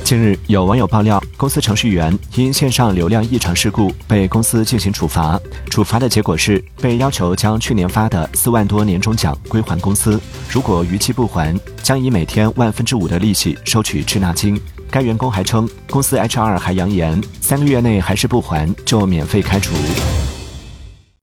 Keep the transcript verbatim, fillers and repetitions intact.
近日，有网友爆料，公司程序员因线上流量异常事故被公司进行处罚，处罚的结果是被要求将去年发的四万多年终奖归还公司，如果逾期不还，将以每天万分之五的利息收取滞纳金。该员工还称，公司 H R 还扬言，三个月内还是不还就免费开除。